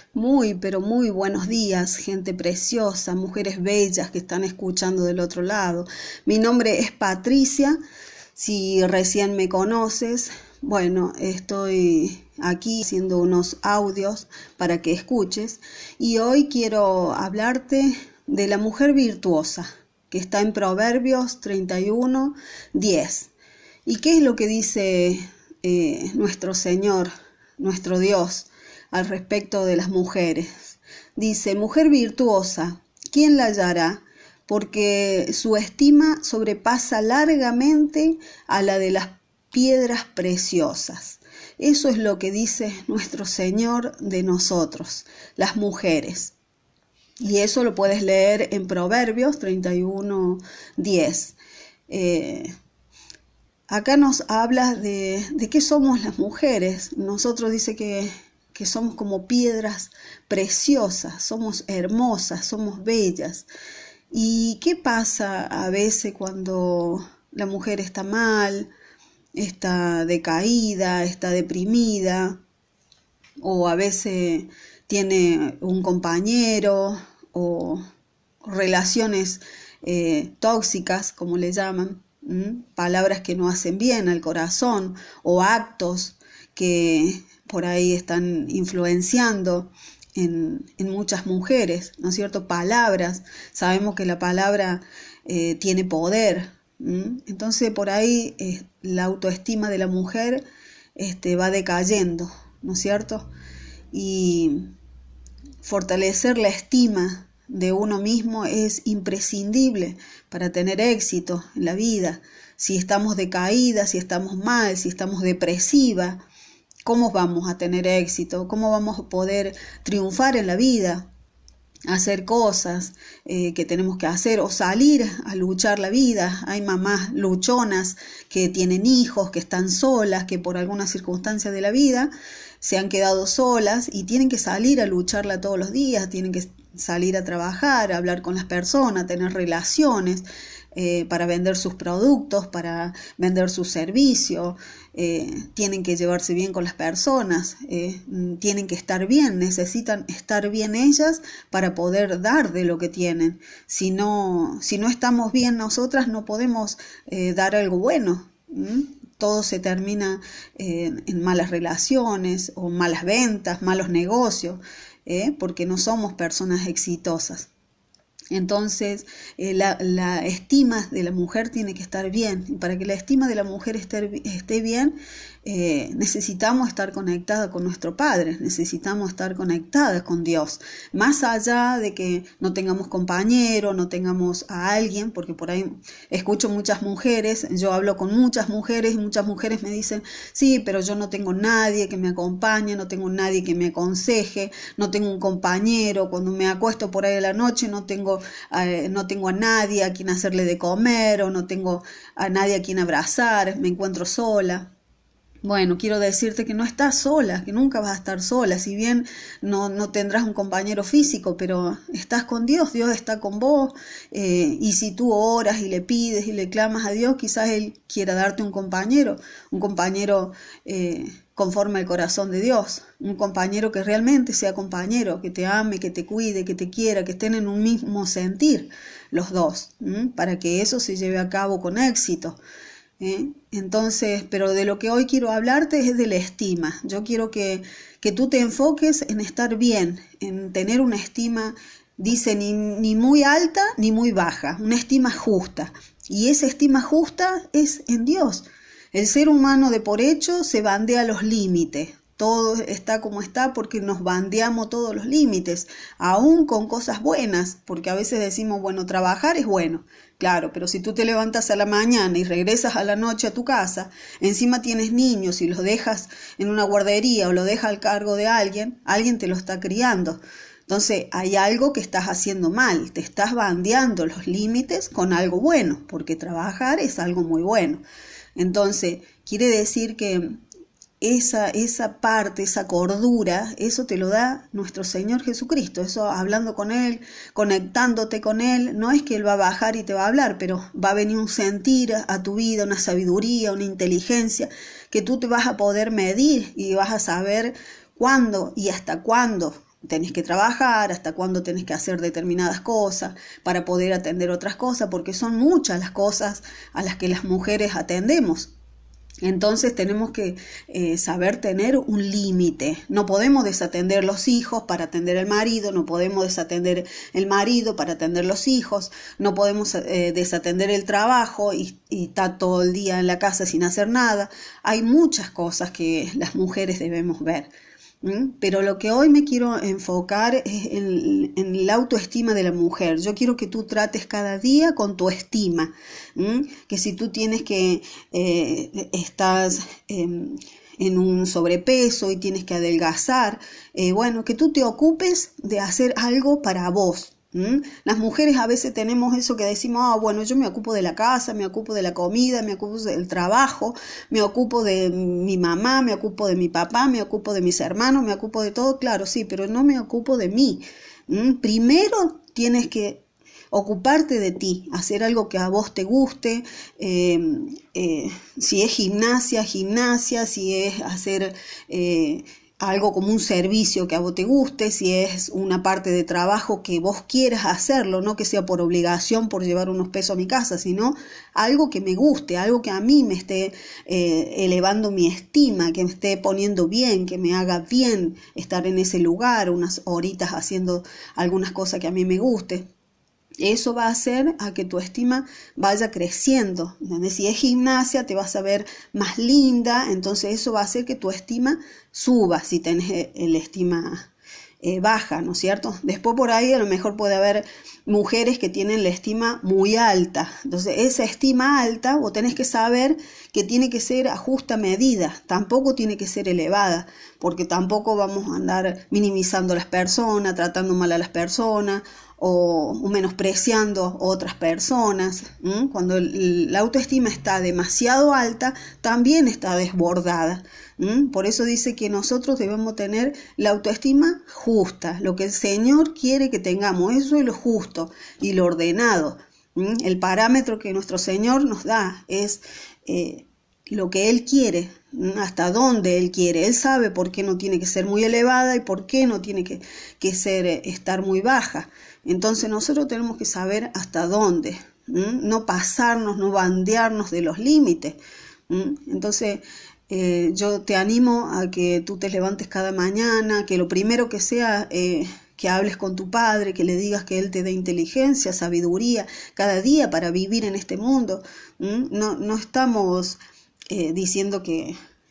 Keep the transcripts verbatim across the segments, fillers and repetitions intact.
Muy, pero muy buenos días, gente preciosa, mujeres bellas que están escuchando del otro lado. Mi nombre es Patricia, si recién me conoces, bueno, estoy aquí haciendo unos audios para que escuches y hoy quiero hablarte de la mujer virtuosa que está en Proverbios treinta y uno, diez. ¿Y qué es lo que dice eh, nuestro Señor, nuestro Dios, al respecto de las mujeres? Dice: mujer virtuosa, ¿quién la hallará? Porque su estima sobrepasa largamente a la de las piedras preciosas. Eso es lo que dice nuestro Señor de nosotros, las mujeres. Y eso lo puedes leer en Proverbios treinta y uno, diez. Eh, acá nos habla de, de qué somos las mujeres. Nosotros dice que, que somos como piedras preciosas, somos hermosas, somos bellas. ¿Y qué pasa a veces cuando la mujer está mal, está decaída, está deprimida, o a veces tiene un compañero o relaciones eh, tóxicas, como le llaman, ¿m? Palabras que no hacen bien al corazón o actos que por ahí están influenciando en, en muchas mujeres, ¿no es cierto? Palabras, sabemos que la palabra eh, tiene poder, ¿m? Entonces por ahí eh, la autoestima de la mujer este, va decayendo, ¿no es cierto? Y fortalecer la estima de uno mismo es imprescindible para tener éxito en la vida. Si estamos decaídas, si estamos mal, si estamos depresivas, ¿cómo vamos a tener éxito? ¿Cómo vamos a poder triunfar en la vida? Hacer cosas eh, que tenemos que hacer o salir a luchar la vida. Hay mamás luchonas que tienen hijos, que están solas, que por alguna circunstancia de la vida se han quedado solas y tienen que salir a lucharla todos los días, tienen que salir a trabajar, a hablar con las personas, tener relaciones eh, para vender sus productos, para vender sus servicios, eh, tienen que llevarse bien con las personas, eh, tienen que estar bien, necesitan estar bien ellas para poder dar de lo que tienen. Si no, si no estamos bien nosotras, no podemos eh, dar algo bueno. ¿Mm? Todo se termina eh, en malas relaciones o malas ventas, malos negocios, eh, porque no somos personas exitosas. Entonces, eh, la, la estima de la mujer tiene que estar bien. Y para que la estima de la mujer esté, esté bien, eh, necesitamos estar conectadas con nuestro Padre, necesitamos estar conectadas con Dios. Más allá de que no tengamos compañero, no tengamos a alguien, porque por ahí escucho muchas mujeres, yo hablo con muchas mujeres y muchas mujeres me dicen: sí, pero yo no tengo nadie que me acompañe, no tengo nadie que me aconseje, no tengo un compañero, cuando me acuesto por ahí a la noche no tengo Eh, no tengo a nadie a quien hacerle de comer, o no tengo a nadie a quien abrazar, me encuentro sola. Bueno, quiero decirte que no estás sola, que nunca vas a estar sola, si bien no, no tendrás un compañero físico, pero estás con Dios, Dios está con vos, eh, y si tú oras y le pides y le clamas a Dios, quizás Él quiera darte un compañero, un compañero eh, conforme al corazón de Dios, un compañero que realmente sea compañero, que te ame, que te cuide, que te quiera, que estén en un mismo sentir los dos, ¿m? Para que eso se lleve a cabo con éxito. ¿Eh? Entonces, pero de lo que hoy quiero hablarte es de la estima. Yo quiero que, que tú te enfoques en estar bien, en tener una estima, dice, ni, ni muy alta ni muy baja, una estima justa. Y esa estima justa es en Dios. El ser humano de por hecho se bandea los límites. Todo está como está porque nos bandeamos todos los límites, aún con cosas buenas, porque a veces decimos, bueno, trabajar es bueno, claro, pero si tú te levantas a la mañana y regresas a la noche a tu casa, encima tienes niños y los dejas en una guardería o lo dejas al cargo de alguien, alguien te lo está criando. Entonces hay algo que estás haciendo mal, te estás bandeando los límites con algo bueno, porque trabajar es algo muy bueno. Entonces quiere decir que Esa, esa parte, esa cordura, eso te lo da nuestro Señor Jesucristo. Eso hablando con Él, conectándote con Él, no es que Él va a bajar y te va a hablar, pero va a venir un sentir a tu vida, una sabiduría, una inteligencia, que tú te vas a poder medir y vas a saber cuándo y hasta cuándo tenés que trabajar, hasta cuándo tenés que hacer determinadas cosas para poder atender otras cosas, porque son muchas las cosas a las que las mujeres atendemos. Entonces tenemos que eh, saber tener un límite. No podemos desatender los hijos para atender al marido, no podemos desatender el marido para atender los hijos, no podemos eh, desatender el trabajo y, y estar todo el día en la casa sin hacer nada. Hay muchas cosas que las mujeres debemos ver. ¿Mm? Pero lo que hoy me quiero enfocar es en, en la autoestima de la mujer. Yo quiero que tú trates cada día con tu estima. ¿Mm? Que si tú tienes que, eh, estás eh, en un sobrepeso y tienes que adelgazar, eh, bueno, que tú te ocupes de hacer algo para vos. ¿Mm? Las mujeres a veces tenemos eso que decimos, ah, bueno, yo me ocupo de la casa, me ocupo de la comida, me ocupo del trabajo, me ocupo de mi mamá, me ocupo de mi papá, me ocupo de mis hermanos, me ocupo de todo, claro, sí, pero no me ocupo de mí. ¿Mm? Primero tienes que ocuparte de ti, hacer algo que a vos te guste, eh, eh, si es gimnasia, gimnasia, si es hacer... Eh, algo como un servicio que a vos te guste, si es una parte de trabajo que vos quieras hacerlo, no que sea por obligación, por llevar unos pesos a mi casa, sino algo que me guste, algo que a mí me esté eh, elevando mi estima, que me esté poniendo bien, que me haga bien estar en ese lugar, unas horitas haciendo algunas cosas que a mí me guste. Eso va a hacer a que tu estima vaya creciendo. ¿Entendés? Si es gimnasia, te vas a ver más linda, entonces eso va a hacer que tu estima suba si tenés el estima eh, baja, ¿no es cierto? Después por ahí a lo mejor puede haber mujeres que tienen la estima muy alta. Entonces esa estima alta vos tenés que saber que tiene que ser a justa medida, tampoco tiene que ser elevada, porque tampoco vamos a andar minimizando a las personas, tratando mal a las personas, o menospreciando a otras personas. ¿Mm? Cuando el, la autoestima está demasiado alta, también está desbordada. ¿Mm? Por eso dice que nosotros debemos tener la autoestima justa, lo que el Señor quiere que tengamos, eso es lo justo y lo ordenado. ¿Mm? El parámetro que nuestro Señor nos da es eh, lo que Él quiere, hasta dónde Él quiere. Él sabe por qué no tiene que ser muy elevada y por qué no tiene que, que ser, estar muy baja. Entonces nosotros tenemos que saber hasta dónde, ¿m? No pasarnos, no bandearnos de los límites. ¿M? Entonces eh, yo te animo a que tú te levantes cada mañana, que lo primero que sea... Eh, que hables con tu padre, que le digas que él te dé inteligencia, sabiduría cada día para vivir en este mundo. ¿Mm? No, no estamos eh, diciendo que,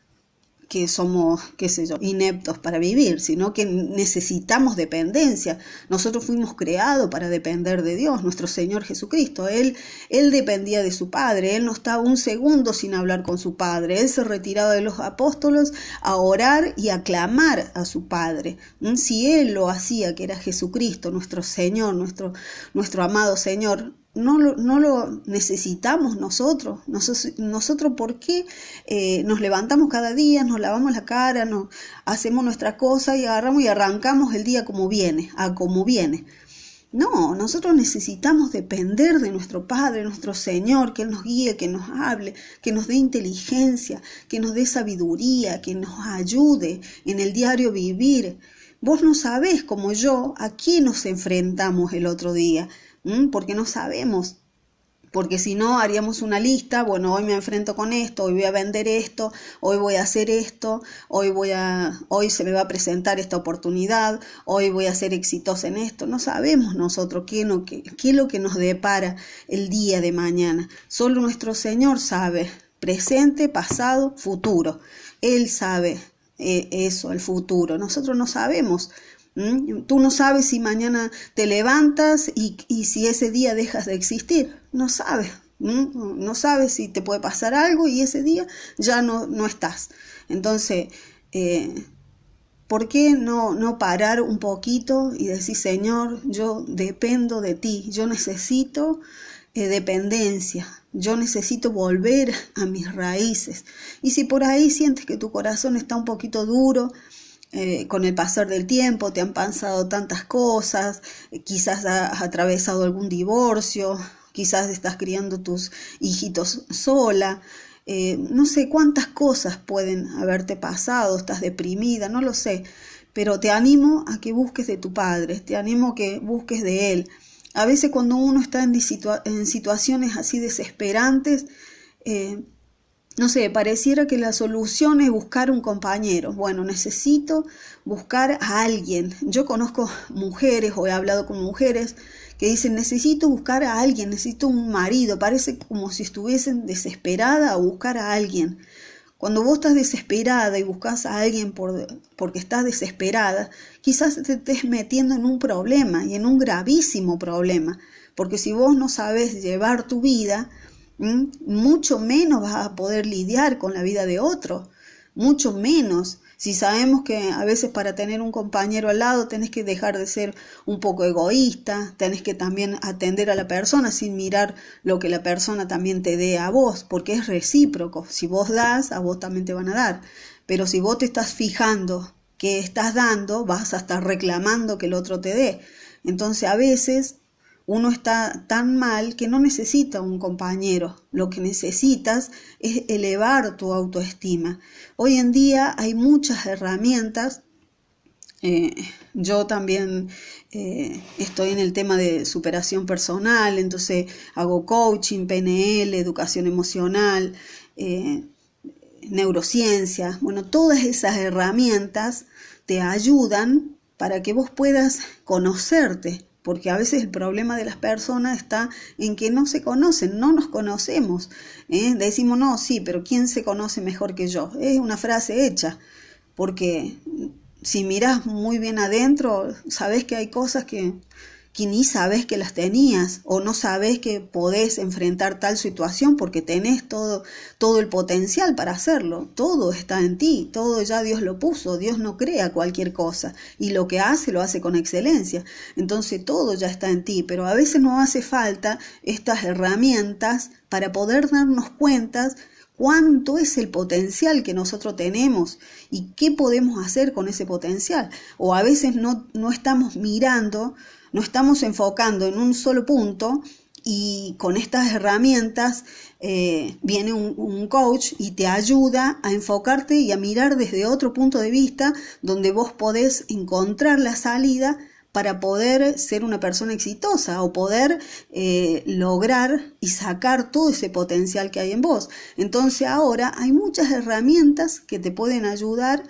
que somos, qué sé yo, ineptos para vivir, sino que necesitamos dependencia. Nosotros fuimos creados para depender de Dios, nuestro Señor Jesucristo. Él, él dependía de su Padre, Él no estaba un segundo sin hablar con su Padre. Él se retiraba de los apóstoles a orar y a clamar a su Padre. Si Él lo hacía, que era Jesucristo, nuestro Señor, nuestro, nuestro amado Señor, No lo, no lo necesitamos nosotros. Nosotros, nosotros ¿por qué eh, nos levantamos cada día, nos lavamos la cara, nos, hacemos nuestra cosa y agarramos y arrancamos el día como viene, a como viene? No, nosotros necesitamos depender de nuestro Padre, nuestro Señor, que Él nos guíe, que nos hable, que nos dé inteligencia, que nos dé sabiduría, que nos ayude en el diario vivir. Vos no sabés, como yo, a quién nos enfrentamos el otro día. ¿Mm? Porque no sabemos, porque si no haríamos una lista, bueno, hoy me enfrento con esto, hoy voy a vender esto, hoy voy a hacer esto, hoy voy a, hoy se me va a presentar esta oportunidad, hoy voy a ser exitosa en esto. No sabemos nosotros qué, no, qué, qué es lo que nos depara el día de mañana. Solo nuestro Señor sabe, presente, pasado, futuro. Él sabe eh, eso, el futuro. Nosotros no sabemos. ¿Mm? Tú no sabes si mañana te levantas y, y si ese día dejas de existir. No sabes. ¿Mm? No sabes si te puede pasar algo y ese día ya no, no estás. Entonces, eh, ¿por qué no, no parar un poquito y decir, Señor, yo dependo de ti, yo necesito eh, dependencia, yo necesito volver a mis raíces? Y si por ahí sientes que tu corazón está un poquito duro, Eh, con el pasar del tiempo te han pasado tantas cosas, eh, quizás has atravesado algún divorcio, quizás estás criando tus hijitos sola, eh, no sé cuántas cosas pueden haberte pasado, estás deprimida, no lo sé, pero te animo a que busques de tu Padre, te animo a que busques de Él. A veces cuando uno está en, situa- en situaciones así desesperantes, eh, no sé, pareciera que la solución es buscar un compañero. Bueno, necesito buscar a alguien. Yo conozco mujeres o he hablado con mujeres que dicen, necesito buscar a alguien, necesito un marido. Parece como si estuviesen desesperada a buscar a alguien. Cuando vos estás desesperada y buscas a alguien por, porque estás desesperada, quizás te estés metiendo en un problema y en un gravísimo problema. Porque si vos no sabes llevar tu vida, ¿Mm? mucho menos vas a poder lidiar con la vida de otro, mucho menos. Si sabemos que a veces para tener un compañero al lado tenés que dejar de ser un poco egoísta, tenés que también atender a la persona sin mirar lo que la persona también te dé a vos, porque es recíproco. Si vos das, a vos también te van a dar. Pero si vos te estás fijando que estás dando, vas a estar reclamando que el otro te dé. Entonces a veces uno está tan mal que no necesita un compañero. Lo que necesitas es elevar tu autoestima. Hoy en día hay muchas herramientas. Eh, yo también eh, estoy en el tema de superación personal, entonces hago coaching, P N L, educación emocional, eh, neurociencia. Bueno, todas esas herramientas te ayudan para que vos puedas conocerte. Porque a veces el problema de las personas está en que no se conocen, no nos conocemos. ¿eh? Decimos, no, sí, pero ¿quién se conoce mejor que yo? Es una frase hecha, porque si mirás muy bien adentro, sabés que hay cosas que, que ni sabés que las tenías, o no sabés que podés enfrentar tal situación porque tenés todo, todo el potencial para hacerlo. Todo está en ti, todo ya Dios lo puso. Dios no crea cualquier cosa y lo que hace lo hace con excelencia. Entonces todo ya está en ti, pero a veces nos hace falta estas herramientas para poder darnos cuenta cuánto es el potencial que nosotros tenemos y qué podemos hacer con ese potencial. O a veces no, no estamos mirando, no estamos enfocando en un solo punto, y con estas herramientas eh, viene un, un coach y te ayuda a enfocarte y a mirar desde otro punto de vista donde vos podés encontrar la salida para poder ser una persona exitosa o poder eh, lograr y sacar todo ese potencial que hay en vos. Entonces ahora hay muchas herramientas que te pueden ayudar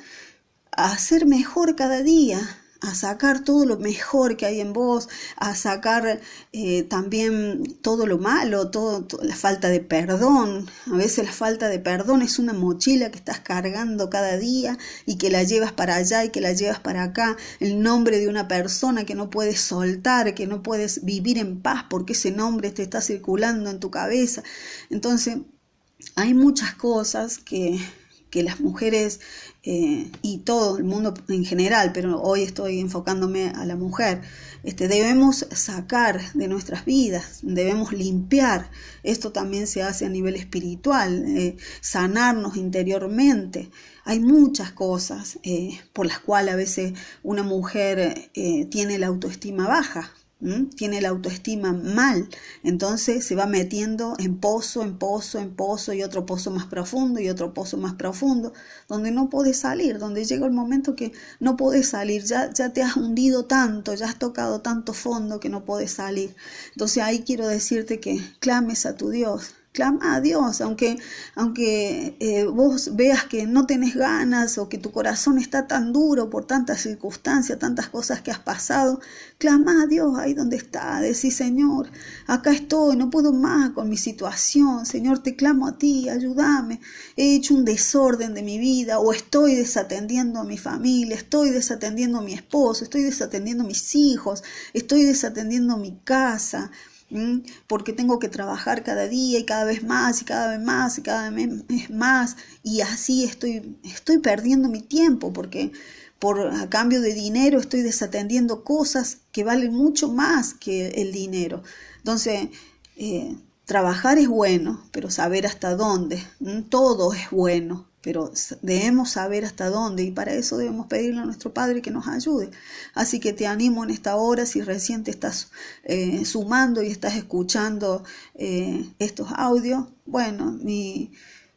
a ser mejor cada día, a sacar todo lo mejor que hay en vos, a sacar eh, también todo lo malo, todo, todo, la falta de perdón. A veces la falta de perdón es una mochila que estás cargando cada día y que la llevas para allá y que la llevas para acá. El nombre de una persona que no puedes soltar, que no puedes vivir en paz porque ese nombre te está circulando en tu cabeza. Entonces, hay muchas cosas que... que las mujeres eh, y todo el mundo en general, pero hoy estoy enfocándome a la mujer, este, debemos sacar de nuestras vidas, debemos limpiar. Esto también se hace a nivel espiritual, eh, sanarnos interiormente. Hay muchas cosas eh, por las cuales a veces una mujer eh, tiene la autoestima baja. ¿Mm? Tiene la autoestima mal, entonces se va metiendo en pozo, en pozo, en pozo y otro pozo más profundo y otro pozo más profundo, donde no podés salir, donde llega el momento que no podés salir, ya, ya te has hundido tanto, ya has tocado tanto fondo que no podés salir. Entonces ahí quiero decirte que clames a tu Dios. Clama a Dios, aunque, aunque eh, vos veas que no tenés ganas o que tu corazón está tan duro por tantas circunstancias, tantas cosas que has pasado, clama a Dios ahí donde está, decís, Señor, acá estoy, no puedo más con mi situación, Señor, te clamo a ti, ayúdame, he hecho un desorden de mi vida o estoy desatendiendo a mi familia, estoy desatendiendo a mi esposo, estoy desatendiendo a mis hijos, estoy desatendiendo a mi casa, porque tengo que trabajar cada día y cada vez más y cada vez más y cada vez más y así estoy, estoy perdiendo mi tiempo porque por a cambio de dinero estoy desatendiendo cosas que valen mucho más que el dinero. Entonces eh, trabajar es bueno, pero saber hasta dónde. Todo es bueno, pero debemos saber hasta dónde y para eso debemos pedirle a nuestro Padre que nos ayude. Así que te animo en esta hora, si recién te estás eh, sumando y estás escuchando eh, estos audios, bueno, mi,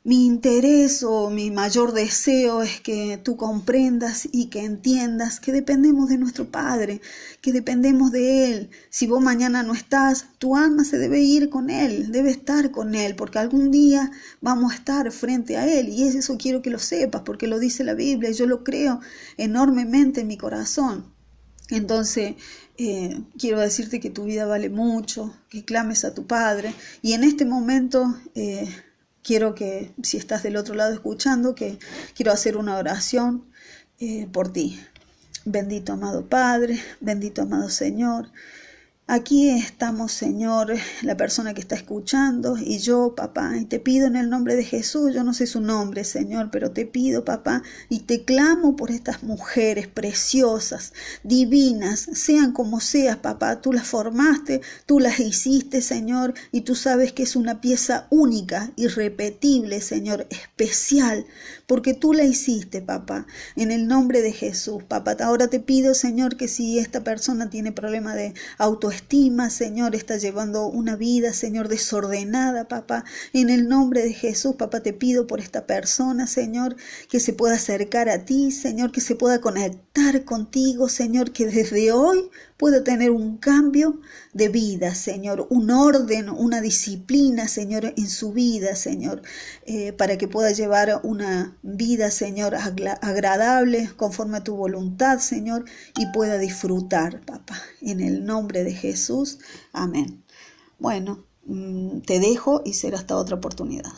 Mi interés o mi mayor deseo es que tú comprendas y que entiendas que dependemos de nuestro Padre, que dependemos de Él. Si vos mañana no estás, tu alma se debe ir con Él, debe estar con Él, porque algún día vamos a estar frente a Él. Y eso quiero que lo sepas, porque lo dice la Biblia y yo lo creo enormemente en mi corazón. Entonces, eh, quiero decirte que tu vida vale mucho, que clames a tu Padre. Y en este momento... Eh, Quiero que, si estás del otro lado escuchando, que quiero hacer una oración eh, por ti. Bendito amado Padre, bendito amado Señor. Aquí estamos, Señor, la persona que está escuchando y yo, papá, y te pido en el nombre de Jesús, yo no sé su nombre, Señor, pero te pido, papá, y te clamo por estas mujeres preciosas, divinas, sean como seas, papá, tú las formaste, tú las hiciste, Señor, y tú sabes que es una pieza única, irrepetible, Señor, especial, porque tú la hiciste, papá, en el nombre de Jesús, papá. Ahora te pido, Señor, que si esta persona tiene problema de autoestima, Estima, Señor, está llevando una vida, Señor, desordenada, papá. En el nombre de Jesús, papá, te pido por esta persona, Señor, que se pueda acercar a ti, Señor, que se pueda conectar contigo, Señor, que desde hoy pueda tener un cambio de vida, Señor, un orden, una disciplina, Señor, en su vida, Señor, eh, para que pueda llevar una vida, Señor, agradable, conforme a tu voluntad, Señor, y pueda disfrutar, papá, en el nombre de Jesús, amén. Bueno, te dejo y será hasta otra oportunidad.